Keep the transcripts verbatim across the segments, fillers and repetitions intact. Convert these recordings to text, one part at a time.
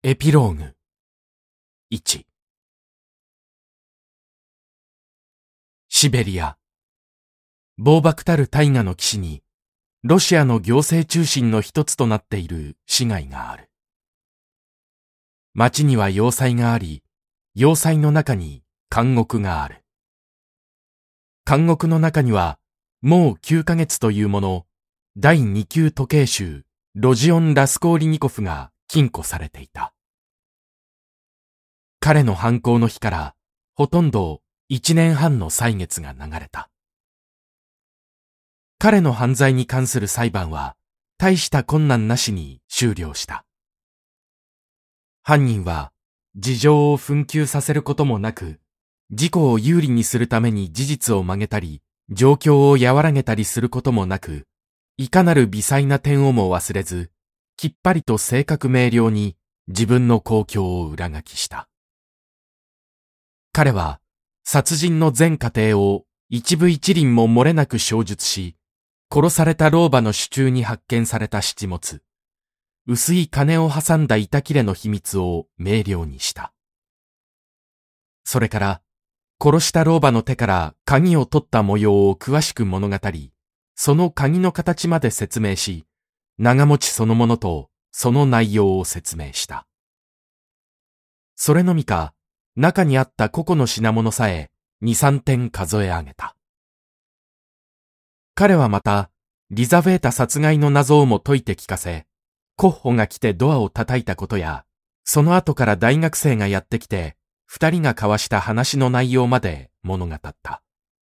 エピローグいち。シベリア。暴漠たる大河の岸に、ロシアの行政中心の一つとなっている市街がある。町には要塞があり、要塞の中に監獄がある。監獄の中には、もうきゅうかげつというもの、だいに級時計囚、ロジオン・ラスコーリニコフが禁錮されていた。彼の犯行の日から、ほとんど一年半の歳月が流れた。彼の犯罪に関する裁判は、大した困難なしに終了した。犯人は、事情を紛糾させることもなく、自己を有利にするために事実を曲げたり、状況を和らげたりすることもなく、いかなる微細な点をも忘れず、きっぱりと正確明瞭に自分の公共を裏書きした。彼は、殺人の全過程を一部一厘も漏れなく詳述し、殺された老婆の手中に発見された七物、薄い金を挟んだ板切れの秘密を明瞭にした。それから、殺した老婆の手から鍵を取った模様を詳しく物語り、その鍵の形まで説明し、長持ちそのものとその内容を説明した。それのみか、中にあった個々の品物さえ二三点数え上げた。彼はまた、リザベータ殺害の謎をも解いて聞かせ、コッホが来てドアを叩いたことや、その後から大学生がやってきて、二人が交わした話の内容まで物語った。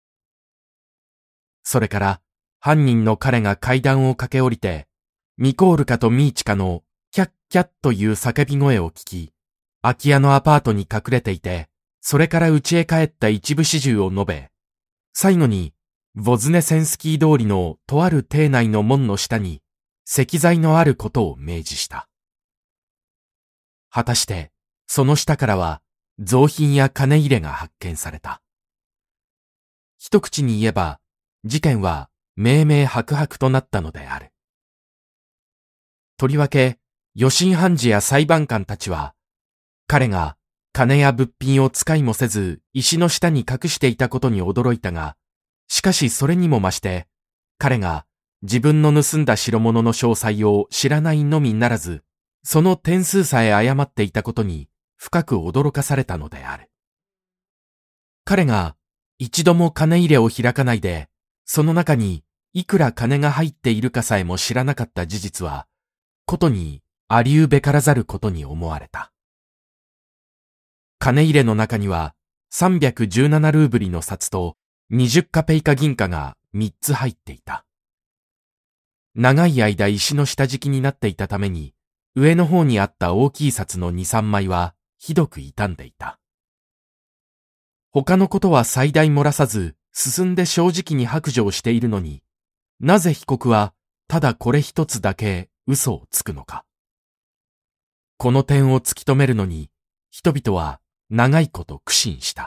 それから、犯人の彼が階段を駆け下りて、ミコールカとミーチカのキャッキャッという叫び声を聞き、空き家のアパートに隠れていて、それから家へ帰った一部始終を述べ、最後に、ヴォズネセンスキー通りのとある邸内の門の下に、石材のあることを明示した。果たして、その下からは、雑品や金入れが発見された。一口に言えば、事件は明々白々となったのである。とりわけ、予審判事や裁判官たちは、彼が金や物品を使いもせず石の下に隠していたことに驚いたが、しかしそれにも増して、彼が自分の盗んだ代物の詳細を知らないのみならず、その点数さえ誤っていたことに深く驚かされたのである。彼が一度も金入れを開かないで、その中にいくら金が入っているかさえも知らなかった事実は、ことにありうべからざることに思われた。金入れの中にはさんびゃくじゅうななルーブリの札とにじゅうカペイカ銀貨がみっつ入っていた。長い間石の下敷きになっていたために、上の方にあった大きい札のに、さんまいはひどく傷んでいた。他のことは最大漏らさず進んで正直に白状しているのに、なぜ被告はただこれ一つだけ嘘をつくのか。この点を突き止めるのに、人々は長いこと苦心した。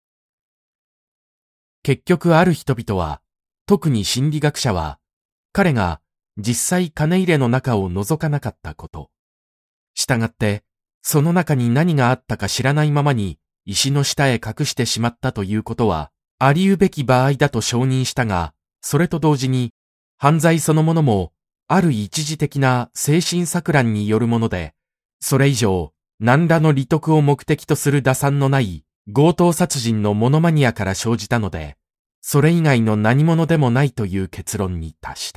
結局ある人々は、特に心理学者は、彼が実際金入れの中を覗かなかったこと、したがって、その中に何があったか知らないままに石の下へ隠してしまったということは、ありうべき場合だと承認したが、それと同時に、犯罪そのものも、ある一時的な精神錯乱によるもので、それ以上、何らの利得を目的とする打算のない強盗殺人のモノマニアから生じたので、それ以外の何者でもないという結論に達した。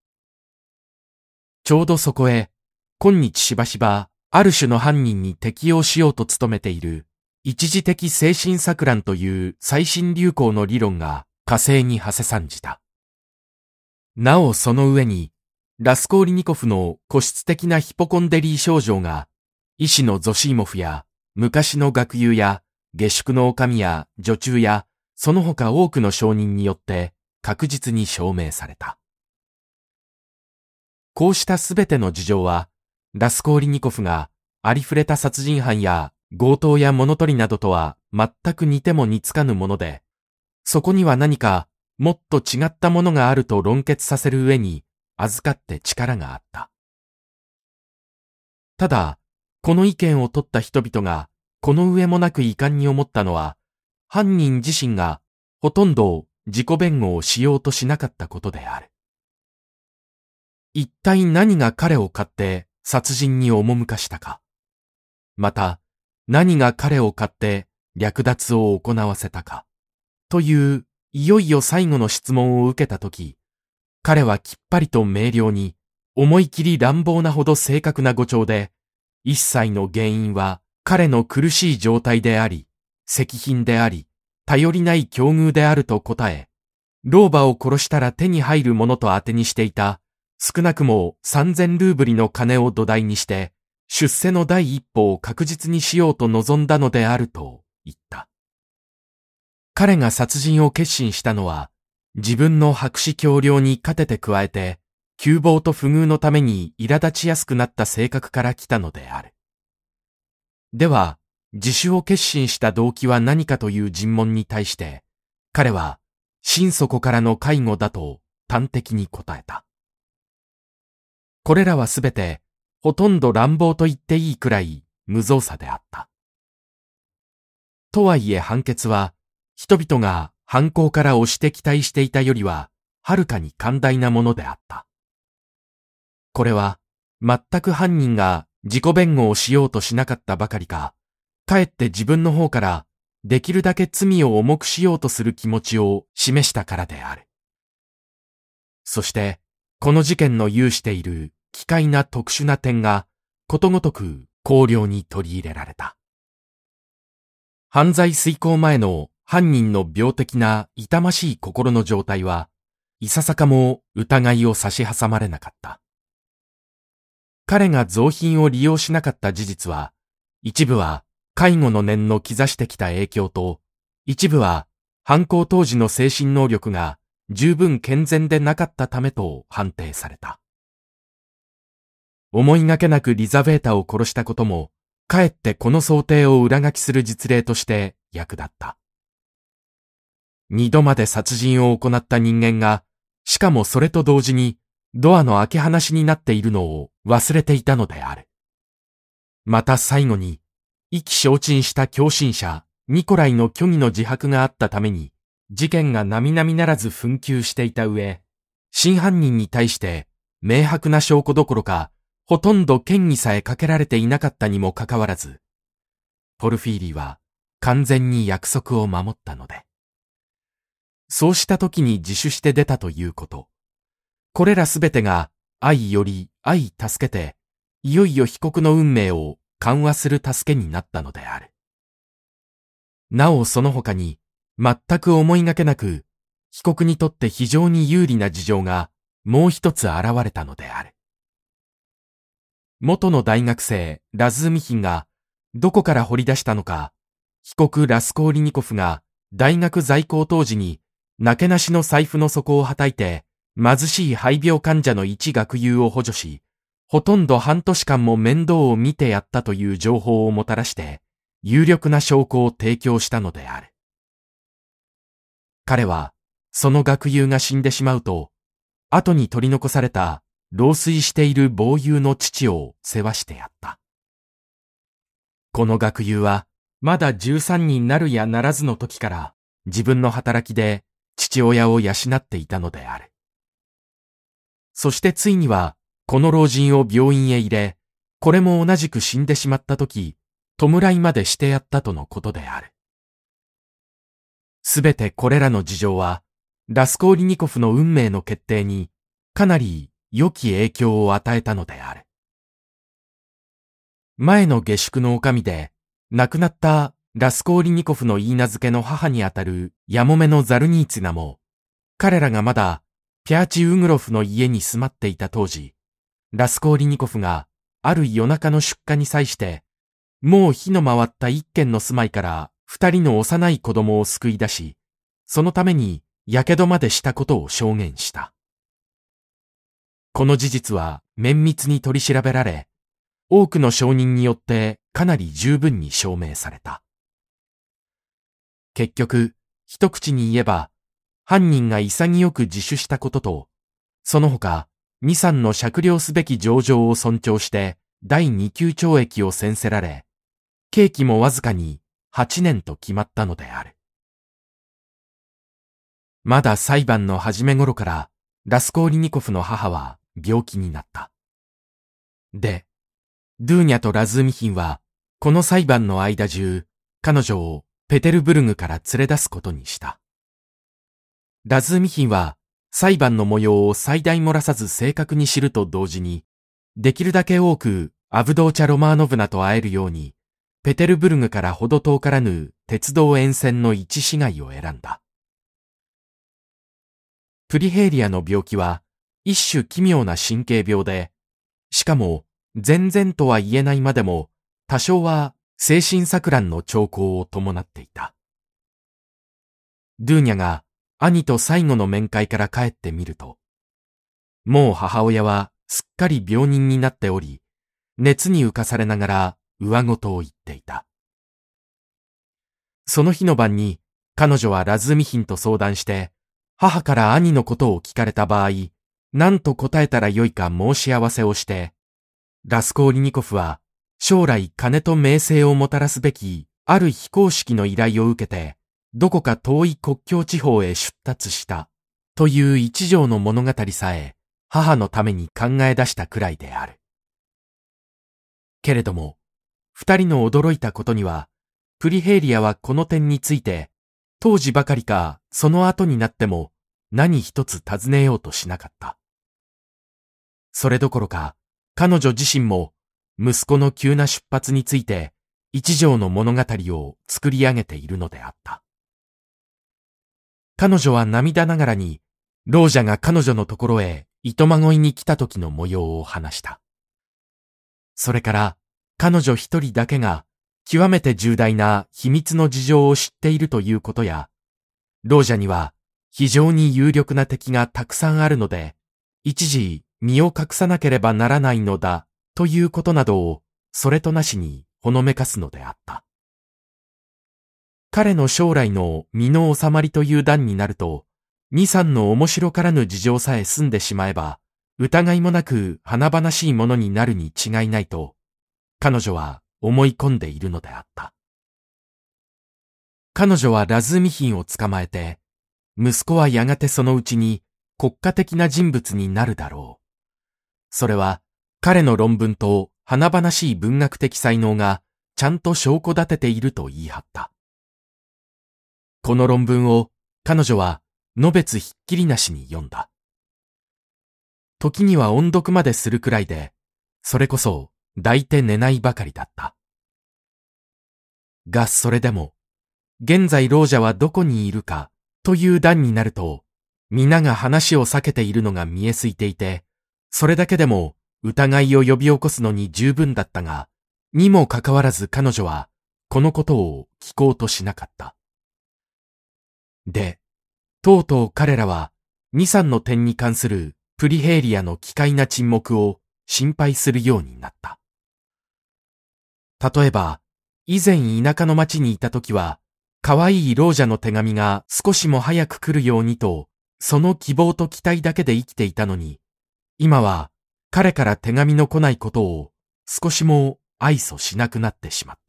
ちょうどそこへ、今日しばしばある種の犯人に適用しようと努めている一時的精神錯乱という最新流行の理論が火星に馳せ参じた。なおその上に、ラスコーリニコフの固執的なヒポコンデリー症状が、医師のゾシーモフや昔の学友や下宿の女将や女中やその他多くの証人によって確実に証明された。こうしたすべての事情は、ラスコーリニコフがありふれた殺人犯や強盗や物取りなどとは全く似ても似つかぬもので、そこには何かもっと違ったものがあると論決させる上に預かって力があった。ただ、 この意見を取った人々がこの上もなく遺憾に思ったのは、犯人自身がほとんど自己弁護をしようとしなかったことである。一体何が彼を買って殺人に赴かしたか。また、何が彼を買って略奪を行わせたか。という、いよいよ最後の質問を受けたとき、彼はきっぱりと明瞭に、思い切り乱暴なほど正確な語調で、一切の原因は彼の苦しい状態であり、石品であり、頼りない境遇であると答え、老婆を殺したら手に入るものと当てにしていた、少なくも三千ルーブリの金を土台にして、出世の第一歩を確実にしようと望んだのであると言った。彼が殺人を決心したのは、自分の博識教養に勝てて加えて、窮乏と不遇のために苛立ちやすくなった性格から来たのである。では、自首を決心した動機は何かという尋問に対して、彼は、心底からの介護だと端的に答えた。これらはすべて、ほとんど乱暴と言っていいくらい無造作であった。とはいえ判決は、人々が犯行から押して期待していたよりは、はるかに寛大なものであった。これは、全く犯人が自己弁護をしようとしなかったばかりか、かえって自分の方からできるだけ罪を重くしようとする気持ちを示したからである。そして、この事件の有している奇怪な特殊な点がことごとく考慮に取り入れられた。犯罪遂行前の犯人の病的な痛ましい心の状態は、いささかも疑いを差し挟まれなかった。彼が雑品を利用しなかった事実は、一部は介護の念の兆してきた影響と、一部は犯行当時の精神能力が十分健全でなかったためと判定された。思いがけなくリザベータを殺したことも、かえってこの想定を裏書きする実例として役立った。二度まで殺人を行った人間が、しかもそれと同時にドアの開け放しになっているのを忘れていたのである。また最後に、意気消沈した共振者ニコライの虚偽の自白があったために、事件が並々ならず紛糾していた上、真犯人に対して明白な証拠どころか、ほとんど嫌疑さえかけられていなかったにもかかわらず、ポルフィーリは完全に約束を守ったので、そうした時に自首して出たということ、これらすべてが愛より愛助けて、いよいよ被告の運命を緩和する助けになったのである。なおその他に、全く思いがけなく、被告にとって非常に有利な事情がもう一つ現れたのである。元の大学生ラズーミヒンがどこから掘り出したのか、被告ラスコーリニコフが大学在校当時になけなしの財布の底をはたいて貧しい肺病患者の一学友を補助し、ほとんど半年間も面倒を見てやったという情報をもたらして有力な証拠を提供したのである。彼はその学友が死んでしまうと、後に取り残された老衰している坊友の父を世話してやった。この学友はまだじゅうさんになるやならずの時から自分の働きで父親を養っていたのである。そしてついにはこの老人を病院へ入れ、これも同じく死んでしまった時、弔いまでしてやったとのことである。すべてこれらの事情はラスコーリニコフの運命の決定にかなり良き影響を与えたのである。前の下宿の女将で、亡くなったラスコーリニコフの言い名付けの母にあたるヤモメのザルニーツィナも、彼らがまだピャーチ・ウグロフの家に住まっていた当時、ラスコーリニコフがある夜中の出火に際して、もう火の回った一軒の住まいから二人の幼い子供を救い出し、そのために火傷までしたことを証言した。この事実は綿密に取り調べられ、多くの証人によってかなり十分に証明された。結局、一口に言えば、犯人が潔く自首したことと、その他、二三の酌量すべき情状を尊重して、 だいに級懲役を宣せられ、刑期もわずかにはちねんと決まったのである。まだ裁判の初め頃からラスコーリニコフの母は病気になった。で、ドゥーニャとラズーミヒンはこの裁判の間中、彼女をペテルブルグから連れ出すことにした。ラズーミヒンは裁判の模様を最大漏らさず正確に知ると同時に、できるだけ多くアブドーチャ・ロマーノブナと会えるように、ペテルブルグからほど遠からぬ鉄道沿線の一市街を選んだ。プリヘイリアの病気は一種奇妙な神経病で、しかも全然とは言えないまでも多少は精神錯乱の兆候を伴っていた。ドゥーニャが兄と最後の面会から帰ってみると、もう母親はすっかり病人になっており、熱に浮かされながら上言を言っていた。その日の晩に彼女はラズーミヒンと相談して、母から兄のことを聞かれた場合、何と答えたらよいか申し合わせをして、ラスコーリニコフは将来金と名声をもたらすべきある非公式の依頼を受けて、どこか遠い国境地方へ出立したという一条の物語さえ母のために考え出したくらいである。けれども、二人の驚いたことには、プリヘイリアはこの点について、当時ばかりかその後になっても何一つ尋ねようとしなかった。それどころか、彼女自身も息子の急な出発について一条の物語を作り上げているのであった。彼女は涙ながらに、老者が彼女のところへ糸まごいに来た時の模様を話した。それから彼女一人だけが極めて重大な秘密の事情を知っているということや、老者には非常に有力な敵がたくさんあるので、一時身を隠さなければならないのだということなどをそれとなしにほのめかすのであった。彼の将来の身の収まりという段になると、二三の面白からぬ事情さえ済んでしまえば、疑いもなく華々しいものになるに違いないと、彼女は思い込んでいるのであった。彼女はラズーミヒンを捕まえて、息子はやがてそのうちに国家的な人物になるだろう。それは彼の論文と華々しい文学的才能がちゃんと証拠立てていると言い張った。この論文を彼女はのべつひっきりなしに読んだ。時には音読までするくらいで、それこそ抱いて寝ないばかりだった。がそれでも、現在老者はどこにいるかという段になると、皆が話を避けているのが見えすいていて、それだけでも疑いを呼び起こすのに十分だったが、にもかかわらず彼女はこのことを聞こうとしなかった。で、とうとう彼らは二三の点に関するプリヘイリアの奇怪な沈黙を心配するようになった。例えば、以前田舎の町にいた時は、可愛い老者の手紙が少しも早く来るようにと、その希望と期待だけで生きていたのに、今は彼から手紙の来ないことを少しも愛想しなくなってしまった。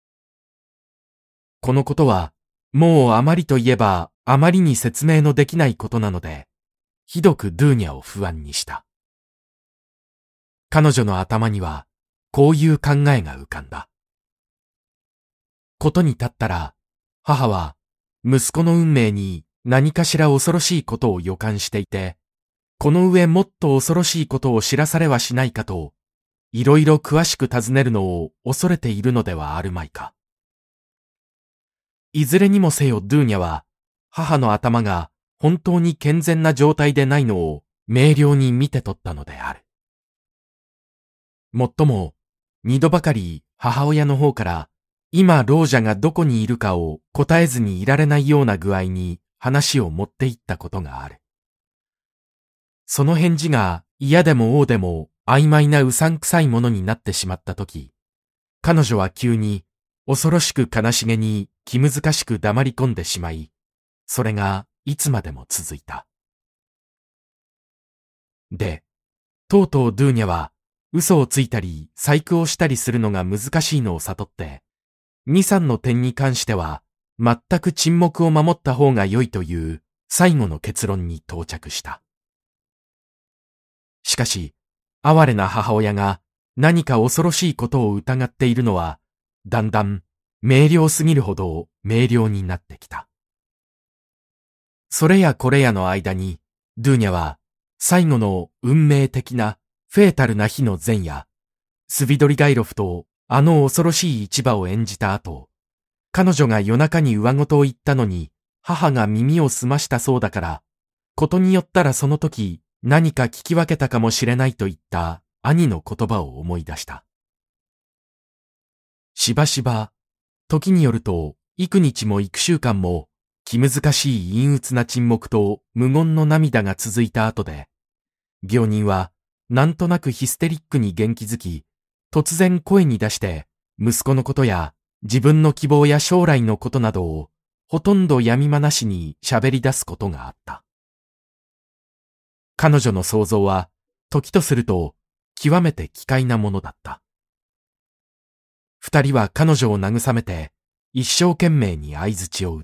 このことは、もうあまりといえばあまりに説明のできないことなので、ひどくドゥーニャを不安にした。彼女の頭にはこういう考えが浮かんだ。ことに立ったら、母は息子の運命に何かしら恐ろしいことを予感していて、この上もっと恐ろしいことを知らされはしないかと、いろいろ詳しく尋ねるのを恐れているのではあるまいか。いずれにもせよドゥーニャは、母の頭が本当に健全な状態でないのを明瞭に見て取ったのである。もっとも、二度ばかり母親の方から、今老者がどこにいるかを答えずにいられないような具合に話を持っていったことがある。その返事が嫌でも王でも曖昧なうさんくさいものになってしまったとき、彼女は急に恐ろしく悲しげに気難しく黙り込んでしまい、それがいつまでも続いた。で、とうとうドゥーニャは嘘をついたり細工をしたりするのが難しいのを悟って、二三の点に関しては全く沈黙を守った方が良いという最後の結論に到着した。しかし、哀れな母親が何か恐ろしいことを疑っているのは、だんだん明瞭すぎるほど明瞭になってきた。それやこれやの間に、ドゥーニャは最後の運命的なフェータルな日の前夜、スビドリガイロフとあの恐ろしい市場を演じた後、彼女が夜中に上言を言ったのに母が耳を澄ましたそうだから、ことによったらその時何か聞き分けたかもしれないと言った兄の言葉を思い出した。しばしば、時によると幾日も幾週間も気難しい陰鬱な沈黙と無言の涙が続いた後で、病人はなんとなくヒステリックに元気づき、突然声に出して息子のことや自分の希望や将来のことなどをほとんど闇間なしに喋り出すことがあった。彼女の想像は時とすると極めて奇怪なものだった。二人は彼女を慰めて一生懸命に相槌を打った。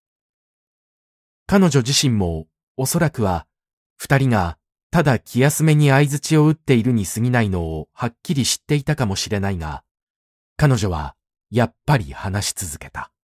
彼女自身もおそらくは二人がただ気休めに相槌を打っているに過ぎないのをはっきり知っていたかもしれないが、彼女はやっぱり話し続けた。